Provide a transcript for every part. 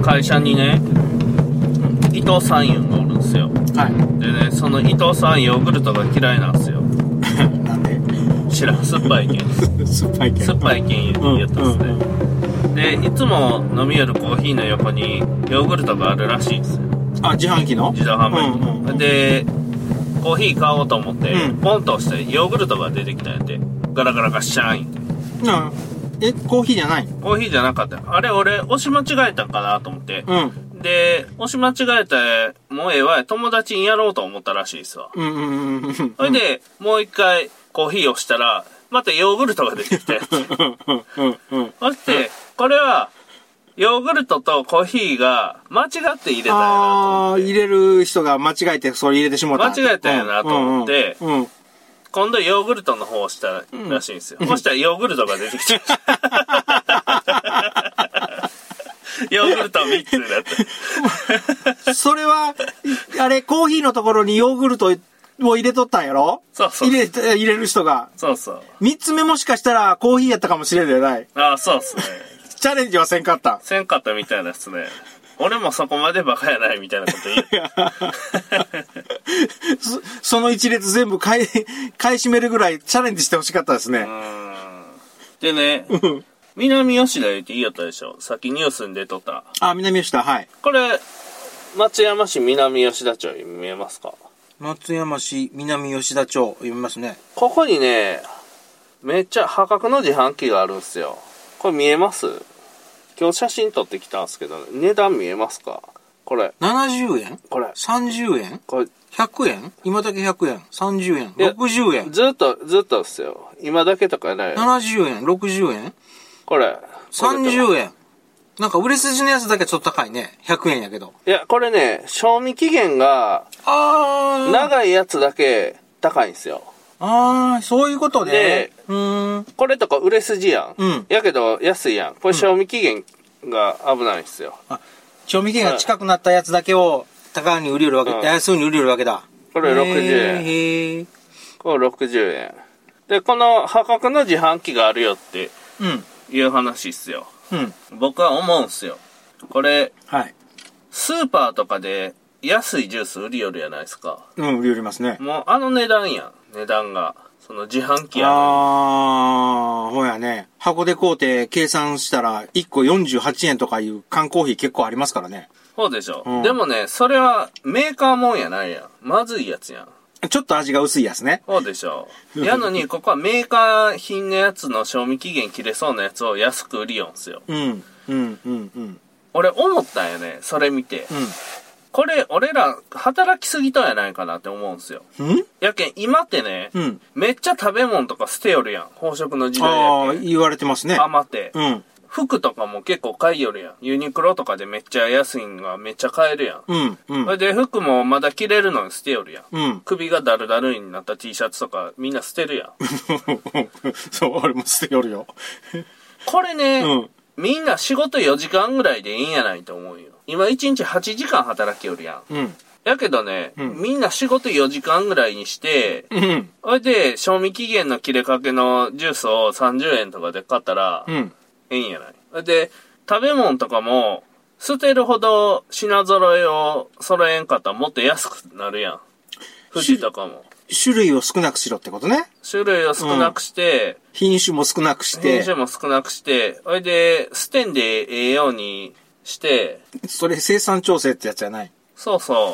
会社にね、伊藤さんいうのがおるんですよ。 はい。 でね、その伊藤さんヨーグルトが嫌いなんですよ。 なんで知らん、酸っぱいけん。 酸っぱいけん。 酸っぱいけん言ったんですね。で、いつも飲みよるコーヒーの横にヨーグルトがあるらしいんですよ。 あ、自販機の自動販売機。で、コーヒー買おうと思って、ポンと押してヨーグルトが出てきたんやって。ガラガラガッシャーンって。 コーヒーじゃない？ コーヒーじゃなかった。あれ、俺、押し間違えたんかなと思って。で、押し間違えて、もうええわ、友達にやろうと思ったらしいですわ。それで、もう一回コーヒーを押したら、またヨーグルトが出てきたやつ。そして、これは、ヨーグルトとコーヒーが間違って入れたんやなと思って。 入れる人が間違えてそれ入れてしまった。 間違えたんやなと思って、今度ヨーグルトの方をしたらしいんですよ。そしたらヨーグルトが出てきちゃった。ヨーグルト3つになった。 それは、あれ、コーヒーのところにヨーグルトを入れとったんやろ？ そうそう。 入れる人が。 そうそう。 3つ目もしかしたらコーヒーやったかもしれんじゃない？ ああ、そうっすね。 チャレンジはせんかった。 せんかったみたいですね。俺もそこまでバカやないみたいなこと言う。 その一列全部買い占めるぐらいチャレンジしてほしかったですね。 でね、南吉田言って言いよったでしょ。さっきニュースに出とった。 あ、南吉田、はい。 これ、松山市南吉田町見えますか？ 松山市南吉田町読みますね。 ここにね、めっちゃ破格の自販機があるんですよ。これ見えます？今日写真撮ってきたんですけど、値段見えますか？これ。 70円？ これ。 30円？ これ。 100円？今だけ100円。30円。60円。 ずっとですよ。今だけとかない。 70円。60円？ これ。 30円。なんか売れ筋のやつだけちょっと高いね。100円やけど。 いや、これね、賞味期限が、長いやつだけ高いんですよ。 そういうことね。 これとか売れ筋やん。やけど安いやん。これ賞味期限が危ないんですよ。 賞味期限が近くなったやつだけを高いに売り売るわけ、安いに売り売るわけだ。 これ60円。これ60円。で、この破格の自販機があるよっていう話っすよ。僕は思うんすよ。これ、スーパーとかで安いジュース売りよるやないですか。 売り寄りますね。 もう値段やん。値段が。その自販機やほやね。箱で買うて計算したら1個48円とかいう缶コーヒー結構ありますからね。 そうでしょ。でもね、それはメーカーもんやないやん。まずいやつやん。 ちょっと味が薄いやつね。 そうでしょ。やのに、ここはメーカー品のやつの賞味期限切れそうなやつを安く売りよんすよ。俺思ったんよね。それ見て。これ、俺ら、働きすぎたんやないかなって思うんすよ。やけん、今ってね、めっちゃ食べ物とか捨てよるやん。飽食の時代やけん。 言われてますね。 余って。服とかも結構買いよるやん。ユニクロとかでめっちゃ安いんがめっちゃ買えるやん。それで服もまだ着れるのに捨てよるやん。首がダルダルになった T シャツとかみんな捨てるやん。 そう、俺も捨てよるよ。 これね、みんな仕事4時間ぐらいでいいんやないと思うよ。今1日8時間働きよるやん。やけどね、みんな仕事4時間ぐらいにして、それで賞味期限の切れかけのジュースを30円とかで買ったら、ええんやない。で、食べ物とかも、捨てるほど品揃えを揃えんかったらもっと安くなるやん。富士とかも。 種類を少なくしろってことね。 種類を少なくして、 品種も少なくして。 品種も少なくして、それで、捨てんでええようにして、 それ生産調整ってやつじゃない。 そうそう。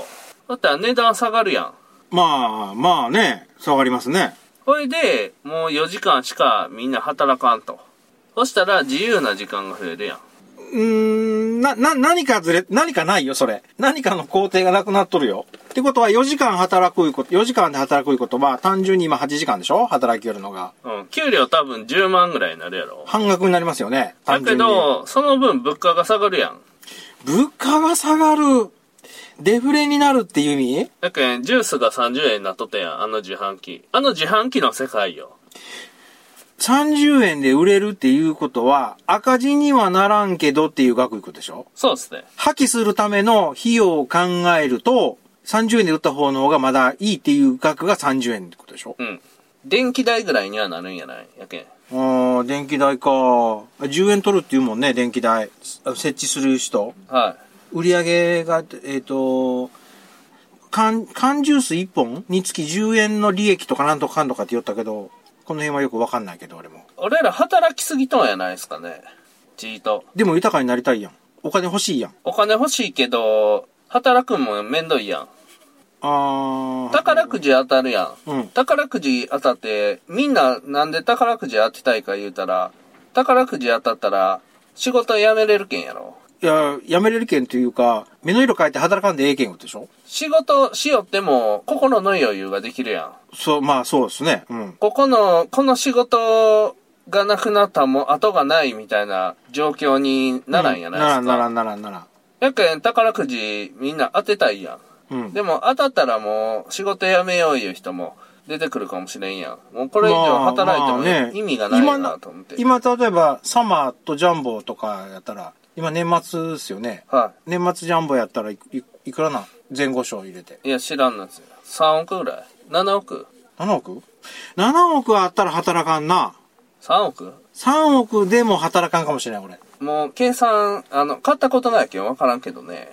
だったら値段下がるやん。 まあね、下がりますね。 それで、もう4時間しかみんな働かんと。そしたら自由な時間が増えるやん。 何かないよ、それ。何かの工程がなくなっとるよ。ってことは4時間で働くいうことは、単純に今8時間でしょ？働きよるのが。 給料多分10万ぐらいになるやろ。 半額になりますよね。 だけど、その分物価が下がるやん。 物価が下がる。デフレになるっていう意味？ だけど、ジュースが30円になっとったやん、あの自販機。あの自販機の世界よ。 30円で売れるっていうことは、赤字にはならんけどっていう額いくでしょ？ そうですね。 破棄するための費用を考えると、30円で売った方の方がまだいいっていう額が30円ってことでしょ？ 電気代ぐらいにはなるんやないやけん。 電気代か。10円取るっていうもんね、電気代。設置する人。 売り上げが、缶ジュース1本につき10円の利益とかなんとかかんとかって言ったけど、この辺はよくわかんないけど、俺も。 俺ら働きすぎとんやないですかね。チート。 でも豊かになりたいやん。お金欲しいやん。 お金欲しいけど、働くんもめんどいやん。宝くじ当たるやん。 うん。 宝くじ当たって、みんななんで宝くじ当てたいか言うたら、宝くじ当たったら、仕事辞めれるけんやろ。 いや、辞めれるけんというか、目の色変えて働かんでええけんことでしょ？ 仕事しよっても、心の余裕ができるやん。 そう、まあそうですね。うん。 この仕事がなくなったらもう後がないみたいな状況にならんやないですか。 ならん。 やけん宝くじみんな当てたいやん。 うん。 でも当たったらもう仕事辞めよういう人も出てくるかもしれんやん。もうこれ以上働いてもね、 意味がないなと思って。 今例えばサマーとジャンボとかやったら、今年末ですよね。 はい。 年末ジャンボやったらいくらな前後賞入れて。 いや知らんなんですよ。3億ぐらい ?7 億 ?7 億 ?7 億あったら働かんな。 3億 ?3 億でも働かんかもしれない、俺。 もう計算、買ったことないけんわからんけどね。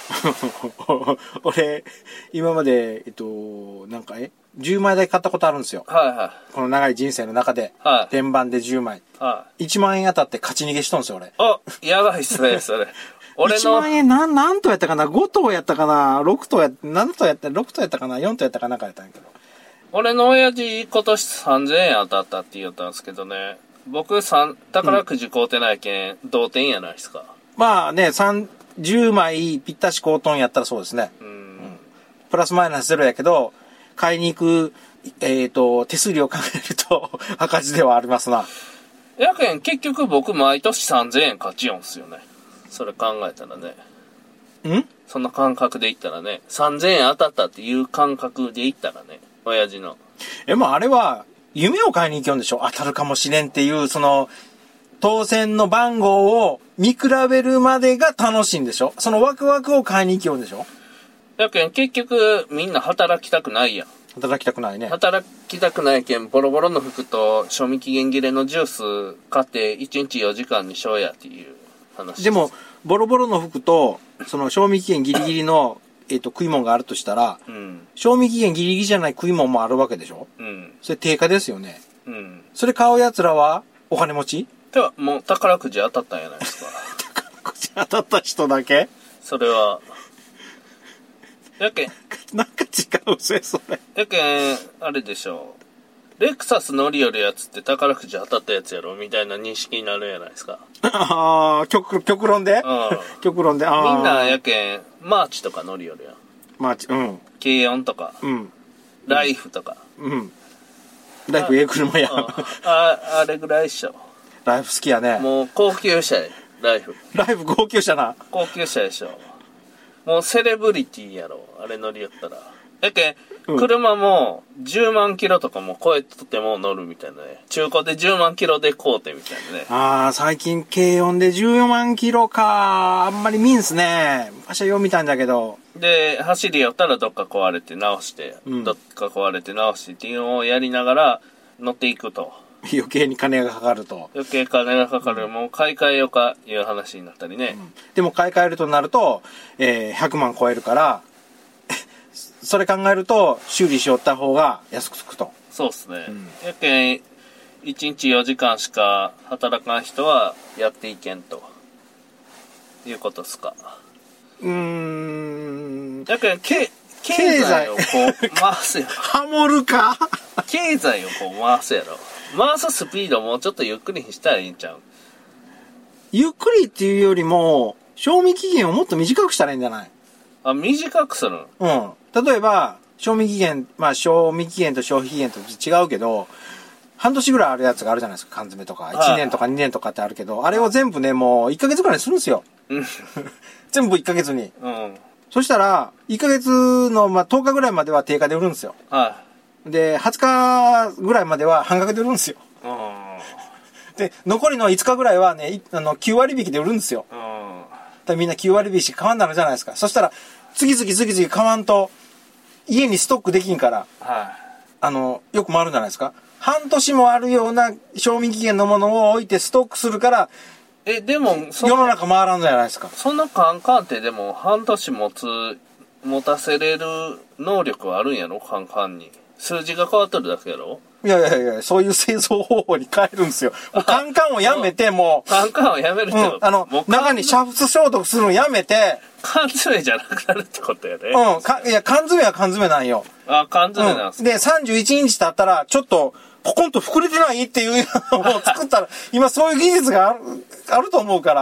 俺、今まで、10枚だけ買ったことあるんですよ。 はいはい。 この長い人生の中で。 はい。 天板で10枚。 はい。 1万円当たって勝ち逃げしとんすよ、俺。 あ、やばいっすね、それ。俺の。 1万円何頭やったかな ?5 頭やったかな ?6 頭7頭やった、6頭やったかな ?4 頭やったかなんかやったんやけど。 俺の親父今年3000円当たったって言ったんですけどね。僕宝くじ買うてないけん、同点やないですか。 まあね、10枚ぴったし買うとんやったらそうですね。プラスマイナスゼロやけど、買いに行く、手数料考えると赤字ではありますな。 やけん、結局僕毎年3000円勝ちよんすよね。それ考えたらね。そんな感覚で言ったらね。3000円当たったっていう感覚で言ったらね。親父の。 もうあれは、夢を買いに行きよんでしょ？当たるかもしれんっていう、当選の番号を見比べるまでが楽しいんでしょ？そのワクワクを買いに行きよんでしょ？ やけん、結局、みんな働きたくないやん。 働きたくないね。 働きたくないけん、ボロボロの服と賞味期限切れのジュース買って1日4時間にしようやっていう話。 でも、ボロボロの服と、賞味期限ギリギリの、食い物があるとしたら、賞味期限ギリギリじゃない食い物もあるわけでしょ？それ定価ですよね。それ買う奴らは、お金持ち？ では、もう宝くじ当たったんやないですか。 宝くじ当たった人だけ？ それは。やけん。 なんか違うぜ、それ。 やけん、あれでしょう。レクサス乗り寄るやつって宝くじ当たったやつやろみたいな認識になるんやないですか。 ああ、極論で？極論で。 みんなやけん、マーチとか乗り寄るやん。 マーチ、 軽音とか。ライフとか。 ライフ車やん。 あれぐらいっしょ。 ライフ好きやね。 もう高級車や、ライフ。 ライフ高級車な。 高級車でしょ。もうセレブリティやろ、あれ乗り寄ったら。やけん、車も10万キロとかも超えとっても乗るみたいなね。中古で10万キロで買うてみたいなね。 ああ、最近軽音で14万キロか。あんまり見んすね。昔はよう見たんだけど。 で、走り寄ったらどっか壊れて直して、どっか壊れて直してっていうのをやりながら乗っていくと。 余計に金がかかると。 余計金がかかる。もう買い替えようかいう話になったりね。 でも買い替えるとなると、100万超えるから、それ考えると修理しよった方が安くつくと。 そうっすね。やけん、1日4時間しか働かん人はやっていけんと。いうことっすか。やけん、経済をこう回すやろ。 ハモるか経済をこう回すやろ。回すスピードもうちょっとゆっくりにしたらいいんちゃう？ ゆっくりっていうよりも、賞味期限をもっと短くしたらいいんじゃない？ あ、短くする？ 例えば、賞味期限と消費期限と違うけど、半年ぐらいあるやつがあるじゃないですか、缶詰とか。1年とか2年とかってあるけど、あれを全部ね、もう1ヶ月ぐらいにするんですよ。全部1ヶ月に。そしたら、1ヶ月の、10日ぐらいまでは定価で売るんですよ。で、20日ぐらいまでは半額で売るんですよ。で、残りの5日ぐらいはね、9割引きで売るんですよ。みんな9割引きしか買わんなるじゃないですか。そしたら、次々買わんと、家にストックできんから、よく回るんじゃないですか。半年もあるような賞味期限のものを置いてストックするから、 でも、 世の中回らんじゃないですか。 そのカンカンってでも半年持たせれる能力はあるんやろ、カンカンに。数字が変わっとるだけやろ。 いや、そういう製造方法に変えるんですよ。カンカンをやめて、もう。 カンカンをやめるってこと、 中に煮沸消毒するのやめて。 缶詰じゃなくなるってことやね。 いや、缶詰は缶詰なんよ。 缶詰なんすか。 で、31日経ったら、ちょっと、ポコンと膨れてないっていうのを作ったら、今そういう技術があると思うから。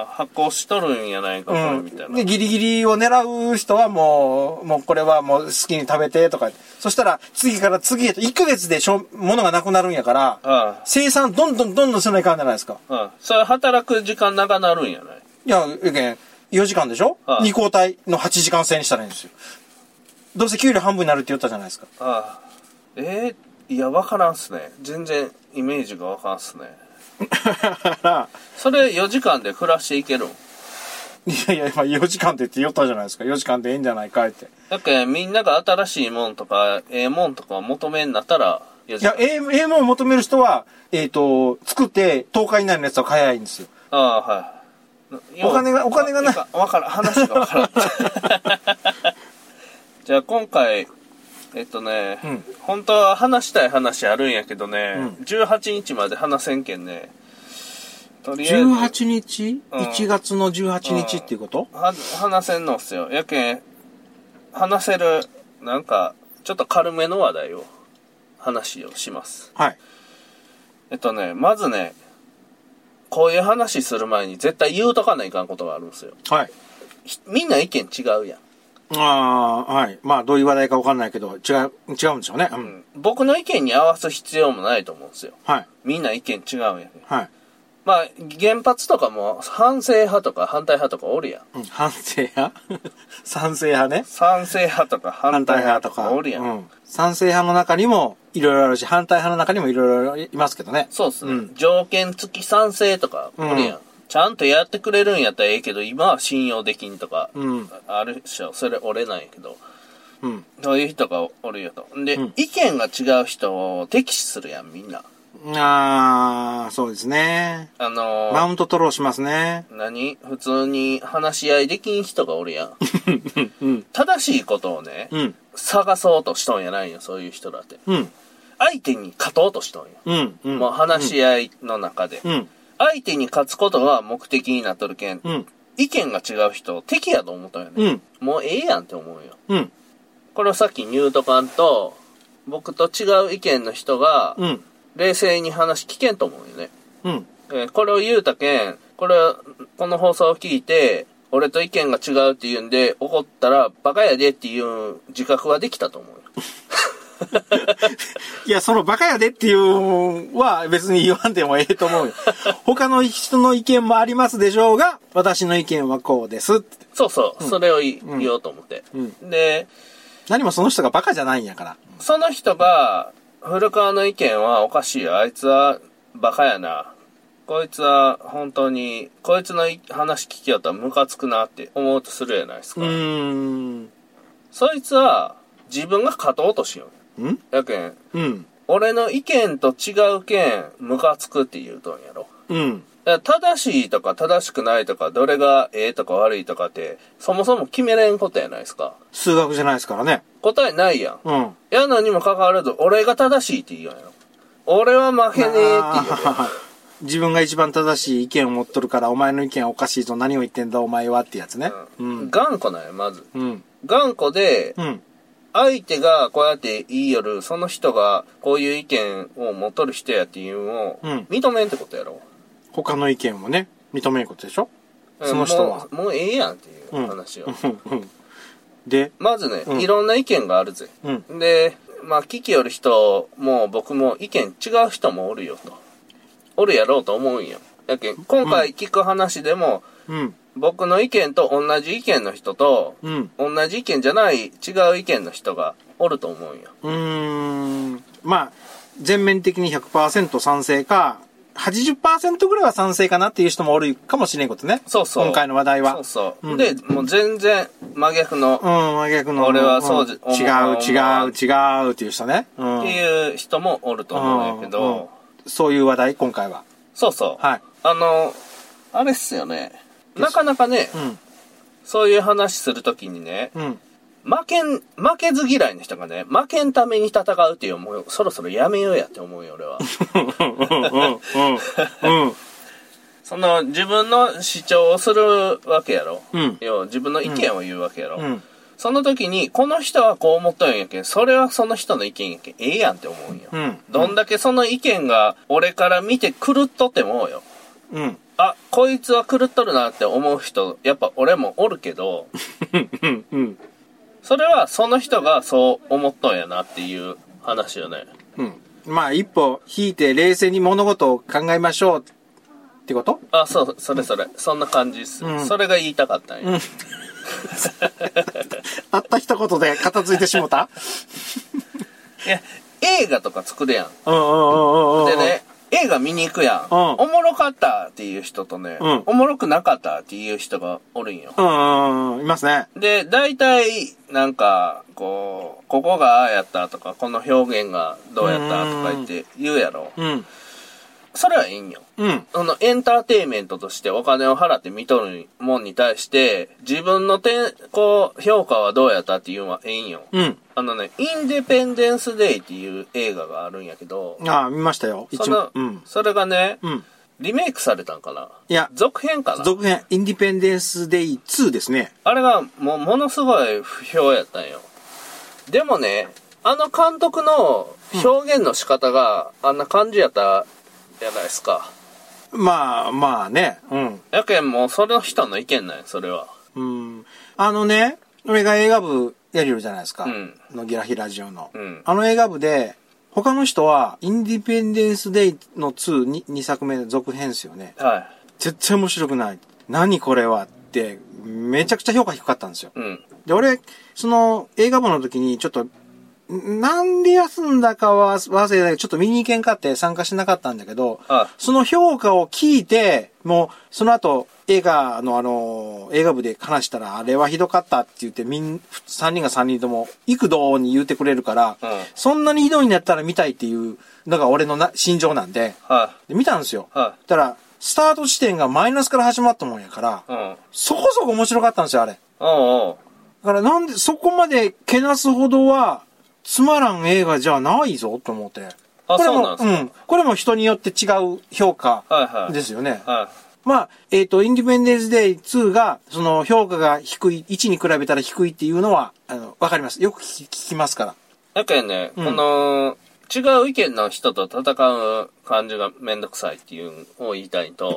発酵しとるんやないか、これみたいな。 で、ギリギリを狙う人はもうこれはもう好きに食べてとか。そしたら、次から次へと1ヶ月で物がなくなるんやから、生産どんどんせないかんじゃないですか。 それ働く時間長なるんやない。 いや、4時間でしょ ?2 交代の8時間制にしたらいいんですよ。どうせ給料半分になるって言ったじゃないですか。 いや、わからんっすね。全然イメージがわからんっすね。それ4時間で暮らしていけるん？ いや、4時間でって言ったじゃないですか。4時間でええんじゃないかって。 だけどみんなが新しいもんとか、もんとか求めんなったら4時間。 いや、もんを求める人は、作って10日以内のやつは早いんですよ。 はい。 お金がない。 わからん。話がわからん。じゃあ今回、本当は話したい話あるんやけどね、18日まで話せんけんね。とりあえず。 18日、1月の18日っていうこと？ 話せんのっすよ。やけん、話せる、なんか、ちょっと軽めの話題を、話をします。 はい。 まずね、こういう話する前に絶対言うとかないかんことがあるんですよ。 はい。 みんな意見違うやん。 はい。まあ、どういう話題か分かんないけど、違うんでしょうね。 僕の意見に合わす必要もないと思うんですよ。 はい。 みんな意見違うんやね。 はい。 まあ、原発とかも賛成派とか反対派とかおるやん。 反省派賛成派ね。 賛成派とか反対派とかおるやん。 賛成派の中にもいろいろあるし、反対派の中にもいろいろいますけどね。 そうっすね。条件付き賛成とかおるやん。ちゃんとやってくれるんやったらええけど、今は信用できんとか、あるっしょ。それ俺なんやけど。そういう人がおるよと。で、意見が違う人を敵視するやん、みんな。 そうですね。マウント取ろうしますね。 普通に話し合いできん人がおるやん。正しいことをね、探そうとしとんやないよ、そういう人だって。相手に勝とうとしとんや。もう話し合いの中で。相手に勝つことが目的になっとるけん、意見が違う人を敵やと思ったんやね。もうええやんって思うよ。これをさっきニュートカンと、僕と違う意見の人が、冷静に話聞けんと思うよね。これを言うたけん、この放送を聞いて、俺と意見が違うって言うんで、怒ったら、バカやでっていう自覚はできたと思うよ。 いや、そのバカやでっていうは別に言わんでもええと思うよ。他の人の意見もありますでしょうが、私の意見はこうですって。 そうそう、それを言おうと思って。で、 何もその人がバカじゃないんやから。 その人が、古川の意見はおかしいよ。あいつはバカやな。こいつは本当に、こいつの話聞きよったらムカつくなって思うとするじゃないですか。そいつは自分が勝とうとしよう。やけん、俺の意見と違うけん、ムカつくって言うとんやろ。正しいとか正しくないとか、どれがええとか悪いとかって、そもそも決めれんことやないですか。 数学じゃないですからね。 答えないやん。やのにもかかわらず、俺が正しいって言うんやろ。俺は負けねえって言うよ。 自分が一番正しい意見を持っとるから、お前の意見はおかしいぞ、何を言ってんだお前はってやつね。 頑固なんや、まず。頑固で、相手がこうやって言いよる、その人がこういう意見を持っとる人やっていうのを認めんってことやろ。 他の意見をね、認めることでしょ。その人は。 もうええやんっていう話を。 で、 まずね、いろんな意見があるぜ。で、まあ聞きよる人も僕も意見違う人もおるよと。おるやろうと思うんよ。やけん、今回聞く話でも、僕の意見と同じ意見の人と、同じ意見じゃない違う意見の人がおると思うんよ。 まあ、全面的に 100% 賛成か、80% ぐらいは賛成かなっていう人もおるかもしれんことね。 そうそう。 今回の話題は。 そうそう。で、もう全然真逆の。 真逆の。 俺はそうじゃ、違うっていう人ね。 っていう人もおると思うんやけど。 そういう話題、今回は。 そうそう。 はい。 あれっすよね。なかなかね、そういう話するときにね、負けず嫌いの人がね、負けんために戦うっていうもうそろそろやめようやって思うよ、俺は。その自分の主張をするわけやろ。要は自分の意見を言うわけやろ。その時に、この人はこう思ったんやけん、それはその人の意見やけん、ええやんって思うんよ。どんだけその意見が俺から見て狂っとってもよ。あ、こいつは狂っとるなって思う人、やっぱ俺もおるけど、それはその人がそう思っとんやなっていう話よね。 まあ一歩引いて冷静に物事を考えましょうってこと？ あ、そう、それ。そんな感じっす。それが言いたかったんや。 たった一言で片付いてしもた？ いや、映画とか作るやん。でね、映画見に行くやん。おもろかったっていう人とね、おもろくなかったっていう人がおるんよ。 いますね。 で、大体、なんか、ここがああやったとか、この表現がどうやったとか言って言うやろ。それはいいんよ。エンターテインメントとしてお金を払って見とるもんに対して、自分の評価はどうやったっていうのはええんよ。インデペンデンスデイっていう映画があるんやけど。 ああ、見ましたよ。 それがね、リメイクされたんかな？ いや、 続編かな？ 続編、インディペンデンスデイ2ですね。 あれがものすごい不評やったんよ。でもね、あの監督の表現の仕方があんな感じやったじゃないですか。 まあね。 やけんもうその人の意見なんよ、それは。 俺が映画部やりよるじゃないですか。のギラヒラジオの。あの映画部で、他の人は、インディペンデンスデイの2作目の続編ですよね。絶対面白くない。何これはって、めちゃくちゃ評価低かったんですよ。で、俺、その映画部の時にちょっと、なんで休んだかは忘れたけど、ちょっと見に行けんかって参加しなかったんだけど、その評価を聞いて、もう、その後、映画部で話したら、あれはひどかったって言って、3人が3人とも、幾度に言ってくれるから、そんなにひどいんだったら見たいっていうのが俺の心情なんで、で見たんですよ。たら、スタート地点がマイナスから始まったもんやから、そこそこ面白かったんですよ、あれ。だからなんで、そこまでけなすほどは、つまらん映画じゃないぞと思って。 そうなんですか。 これも人によって違う評価ですよね。まあ、インディペンデンスデイ2が、その評価が低い、1に比べたら低いっていうのは、わかります。よく聞きますから。 だけどね、この、違う意見の人と戦う感じがめんどくさいっていうのを言いたいと。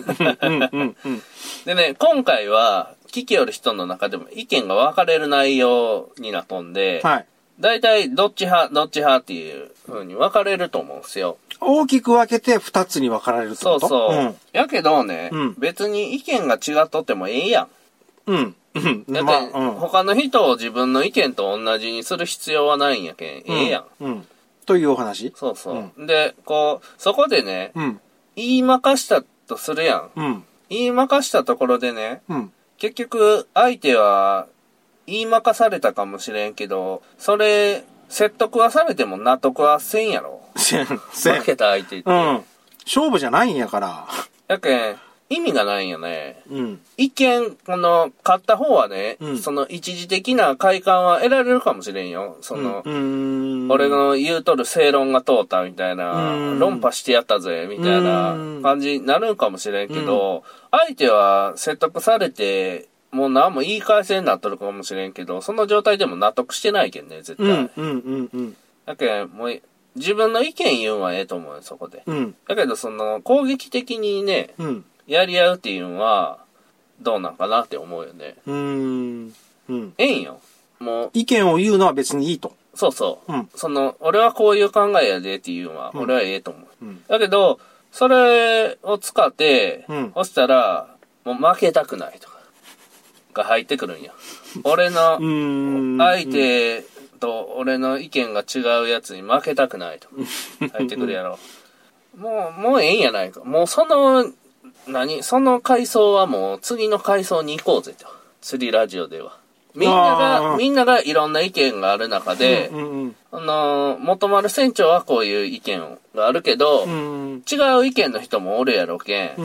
でね、今回は、聞きよる人の中でも意見が分かれる内容になっとんで、大体どっち派っていう風に分かれると思うんですよ。 大きく分けて2つに分かられるってこと？ やけどね、別に意見が違っとってもええやん。だって、他の人を自分の意見と同じにする必要はないんやけん、ええやん。 というお話？ で、そこでね、言いまかしたとするやん。言いまかしたところでね、結局相手は言いまかされたかもしれんけど、それ、説得はされても納得はせんやろ。負けた相手って。 勝負じゃないんやから。 やけん、意味がないんよね。一見、勝った方はね、その一時的な快感は得られるかもしれんよ。俺の言うとる正論が通ったみたいな、論破してやったぜ、みたいな感じになるかもしれんけど、相手は説得されて、もう何も言い返せになっとるかもしれんけど、その状態でも納得してないけんね、絶対。だけど、もう、自分の意見言うんはええと思うよ、そこで。だけど、攻撃的にね、やり合うっていうのは、どうなんかなって思うよね。ええんよ。もう。 意見を言うのは別にいいと。 俺はこういう考えやでっていうのは、俺はええと思う。だけど、それを使って、そしたら、もう負けたくないとか。が入ってくるんや。俺の相手と俺の意見が違うやつに負けたくないと入ってくるやろ。もうええんやないか。もうその階層はもう次の階層に行こうぜと。釣りラジオでは。みんながいろんな意見がある中で、元丸船長はこういう意見があるけど、違う意見の人もおるやろけん、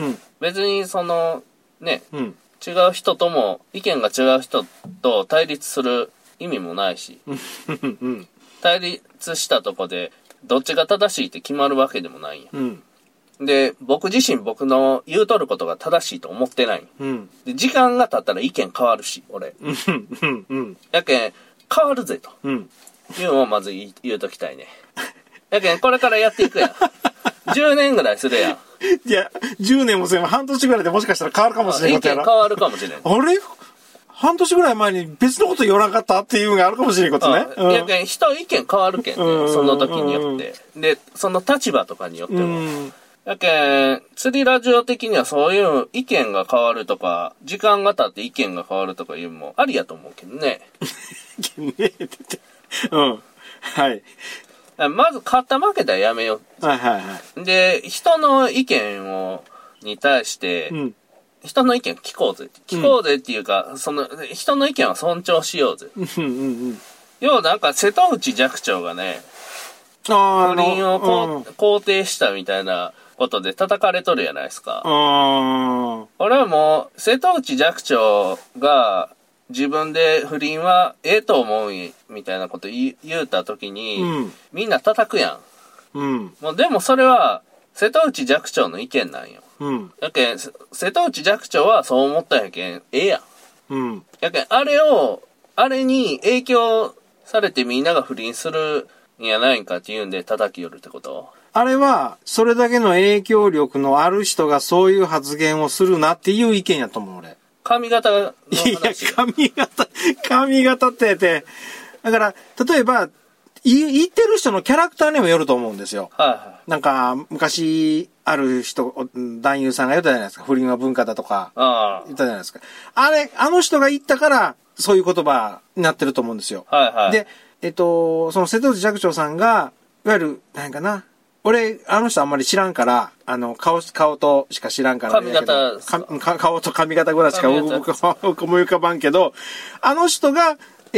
別にね、違う人とも、意見が違う人と対立する意味もないし、対立したとこで、どっちが正しいって決まるわけでもないんや。で、僕自身僕の言うとることが正しいと思ってない。で、時間が経ったら意見変わるし、俺。やけん、変わるぜと。いうのをまず言うときたいね。やけん、これからやっていくやん。10年ぐらいするやん。 いや、10年もすれば半年ぐらいでもしかしたら変わるかもしれないことやろ。 意見変わるかもしれん。 あれ半年ぐらい前に別のこと言わなかったっていうのがあるかもしれないことね。 やけん、人意見変わるけんね。その時によって。で、その立場とかによっても。やけん、釣りラジオ的にはそういう意見が変わるとか、時間が経って意見が変わるとかいうのもありやと思うけどね。 はい。 まず勝った負けたらやめよう。で、人の意見に対して、人の意見聞こうぜ。聞こうぜっていうか、人の意見は尊重しようぜ。要はなんか瀬戸内寂聴がね、不倫を肯定したみたいなことで叩かれとるじゃないですか。俺はもう、瀬戸内寂聴が自分で不倫はええと思うみたいなこと言うた時に、みんな叩くやん。もうでもそれは、瀬戸内寂聴の意見なんよ。やけん、瀬戸内寂聴はそう思ったんやけん、ええやん。やけん、あれに影響されてみんなが不倫するんやないんかっていうんで叩きよるってこと？ あれは、それだけの影響力のある人がそういう発言をするなっていう意見やと思う、俺。 髪型の話。 いや、髪型って、だから、例えば、言ってる人のキャラクターにもよると思うんですよ。なんか、昔、ある人、男優さんが言ったじゃないですか。不倫は文化だとか、言ったじゃないですか。あの人が言ったから、そういう言葉になってると思うんですよ。で、その瀬戸内寂聴さんが、いわゆる、何かな。俺、あの人あんまり知らんから、顔としか知らんから。顔と髪型ぐらいしか思い浮かばんけど、あの人が、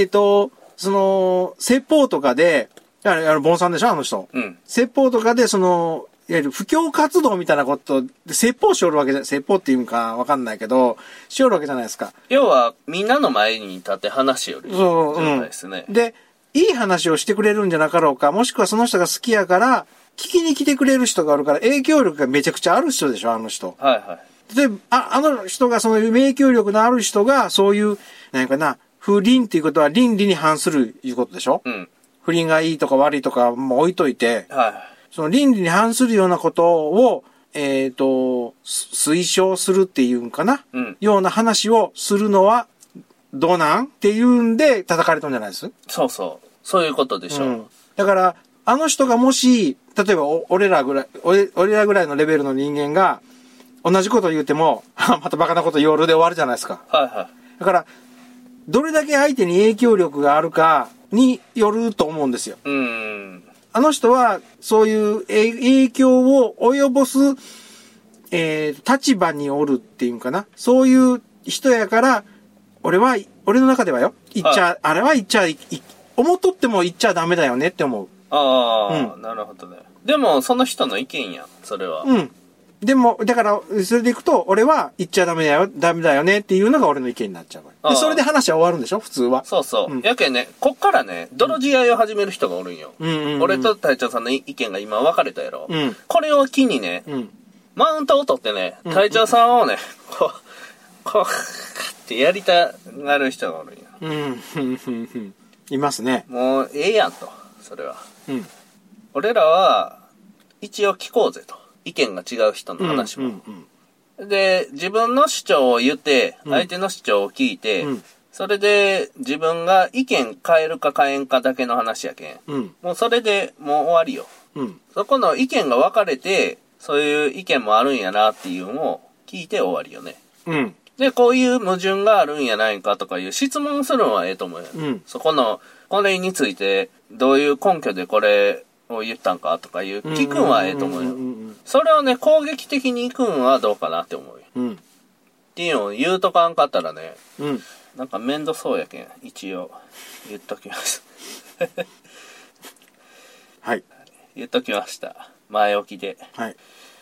説法とかで、ボンさんでしょあの人。説法とかで、いわゆる布教活動みたいなことで、説法しおるわけじゃ、説法っていうんかわかんないけど、しおるわけじゃないですか。 要は、みんなの前に立って話しよる状態ですね。 で、いい話をしてくれるんじゃなかろうか、もしくはその人が好きやから、聞きに来てくれる人があるから、影響力がめちゃくちゃある人でしょあの人。例えば、あの人が、その影響力のある人が、そういう、何かな、不倫っていうことは倫理に反するいうことでしょ不倫がいいとか悪いとかも置いといて、その倫理に反するようなことを、推奨するっていうんかな、ような話をするのは、どうなんっていうんで叩かれたんじゃないです？ そういうことでしょ。 だから、あの人がもし、例えば俺らぐらいのレベルの人間が、同じこと言うても、またバカなこと言おるで終わるじゃないですか。だから、どれだけ相手に影響力があるかによると思うんですよ。あの人は、そういう影響を及ぼす、立場におるっていうんかな。そういう人やから、俺の中ではよ、あれは思っとっても言っちゃダメだよねって思う。 なるほどね。でも、その人の意見やん、それは。 でも、だから、それでいくと、俺は言っちゃダメだよねっていうのが俺の意見になっちゃう。で、それで話は終わるんでしょ普通は。やけんね、こっからね、泥仕合を始める人がおるんよ。俺と隊長さんの意見が今分かれたやろ。これを機にね、マウントを取ってね、隊長さんをね、こうってやりたがる人がおるんよ。 いますね。 もう、ええやんと、それは。俺らは、一応聞こうぜと。意見が違う人の話も。で、自分の主張を言って、相手の主張を聞いて、それで自分が意見変えるか変えんかだけの話やけん。もうそれでもう終わりよ。そこの意見が分かれて、そういう意見もあるんやなっていうのを聞いて終わりよね。で、こういう矛盾があるんやないかとかいう質問するのはええと思うよ。そこの、これについて、どういう根拠でこれを言ったんかとかいう、聞くんはええと思うよ。それをね、攻撃的に行くんはどうかなって思うよ。っていうのを言うとかんかったらね、なんかめんどそうやけん、一応、言っときます。 はい。 言っときました。前置きで。 はい。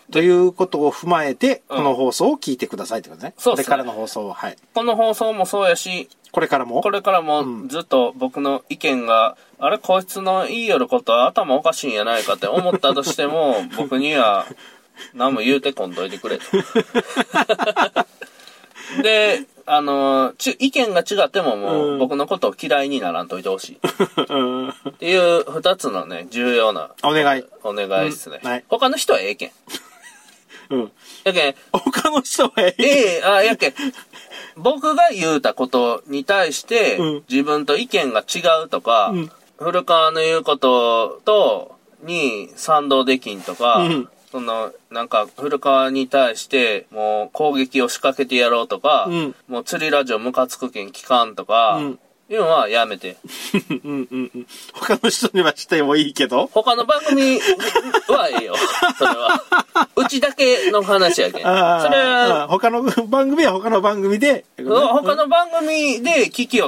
ということを踏まえて、この放送を聞いてくださいってことね。 そうですね。 これからの放送を、はい。 この放送もそうやし、 これからもずっと僕の意見が、あれこいつの言いよることは頭おかしいんやないかって思ったとしても、僕には何も言うてこんといてくれと。で、意見が違ってももう僕のことを嫌いにならんといてほしい。っていう二つのね、重要な。 お願いっすね。 はい。 他の人はええけん。やけん。 他の人はええやけん。僕が言うたことに対して、自分と意見が違うとか、古川の言うことに賛同できんとか、なんか、古川に対して、もう攻撃を仕掛けてやろうとか、もう釣りラジオムカつくけん聞かんとか、いうのはやめて。 他の人にはしてもいいけど他の番組はええよ。それは。うちだけの話やけん。それは、 他の番組は他の番組で。 他の番組で聞きよって、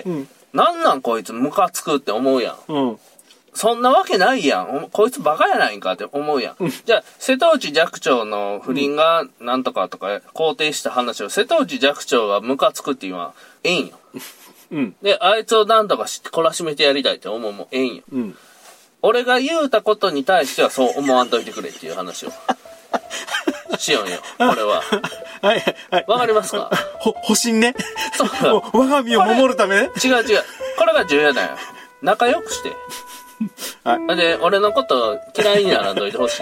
なんこいつムカつくって思うやん。そんなわけないやん。こいつバカやないんかって思うやん。じゃあ、瀬戸内寂聴の不倫がなんとかとか肯定した話を瀬戸内寂聴がムカつくっていうのはええんよ。で、あいつをなんとか懲らしめてやりたいって思うもんええんよ。俺が言うたことに対してはそう思わんといてくれっていう話をしようよ。これは。 はいはい。 わかりますか？ 保身ね。 そう。 我が身を守るためね。 違う。これが重要だよ。仲良くして。で、俺のこと嫌いにならんといてほしい。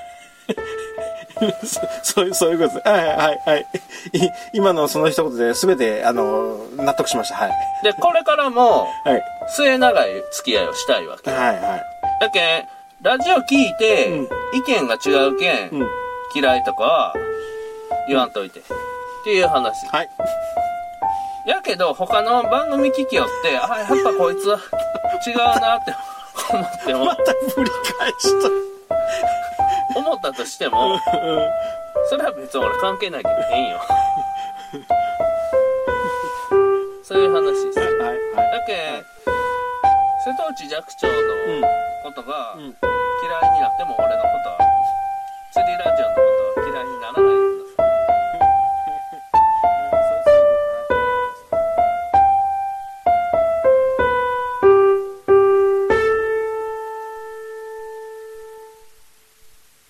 そういうことです。はい。今のその一言で全て、納得しました。はい。 で、これからも、末長い付き合いをしたいわけ。だけん、ラジオ聞いて、意見が違うけん、嫌いとかは言わんといて。っていう話。 はい。 やけど、他の番組聞きよって、やっぱこいつは違うなって思っても。 またぶり返した。 思ったとしても、それは別に俺関係ないけどええんよ。そういう話です。だけん、瀬戸内寂聴のことが嫌いになっても俺のことは、釣りラジオのことは嫌いにならない。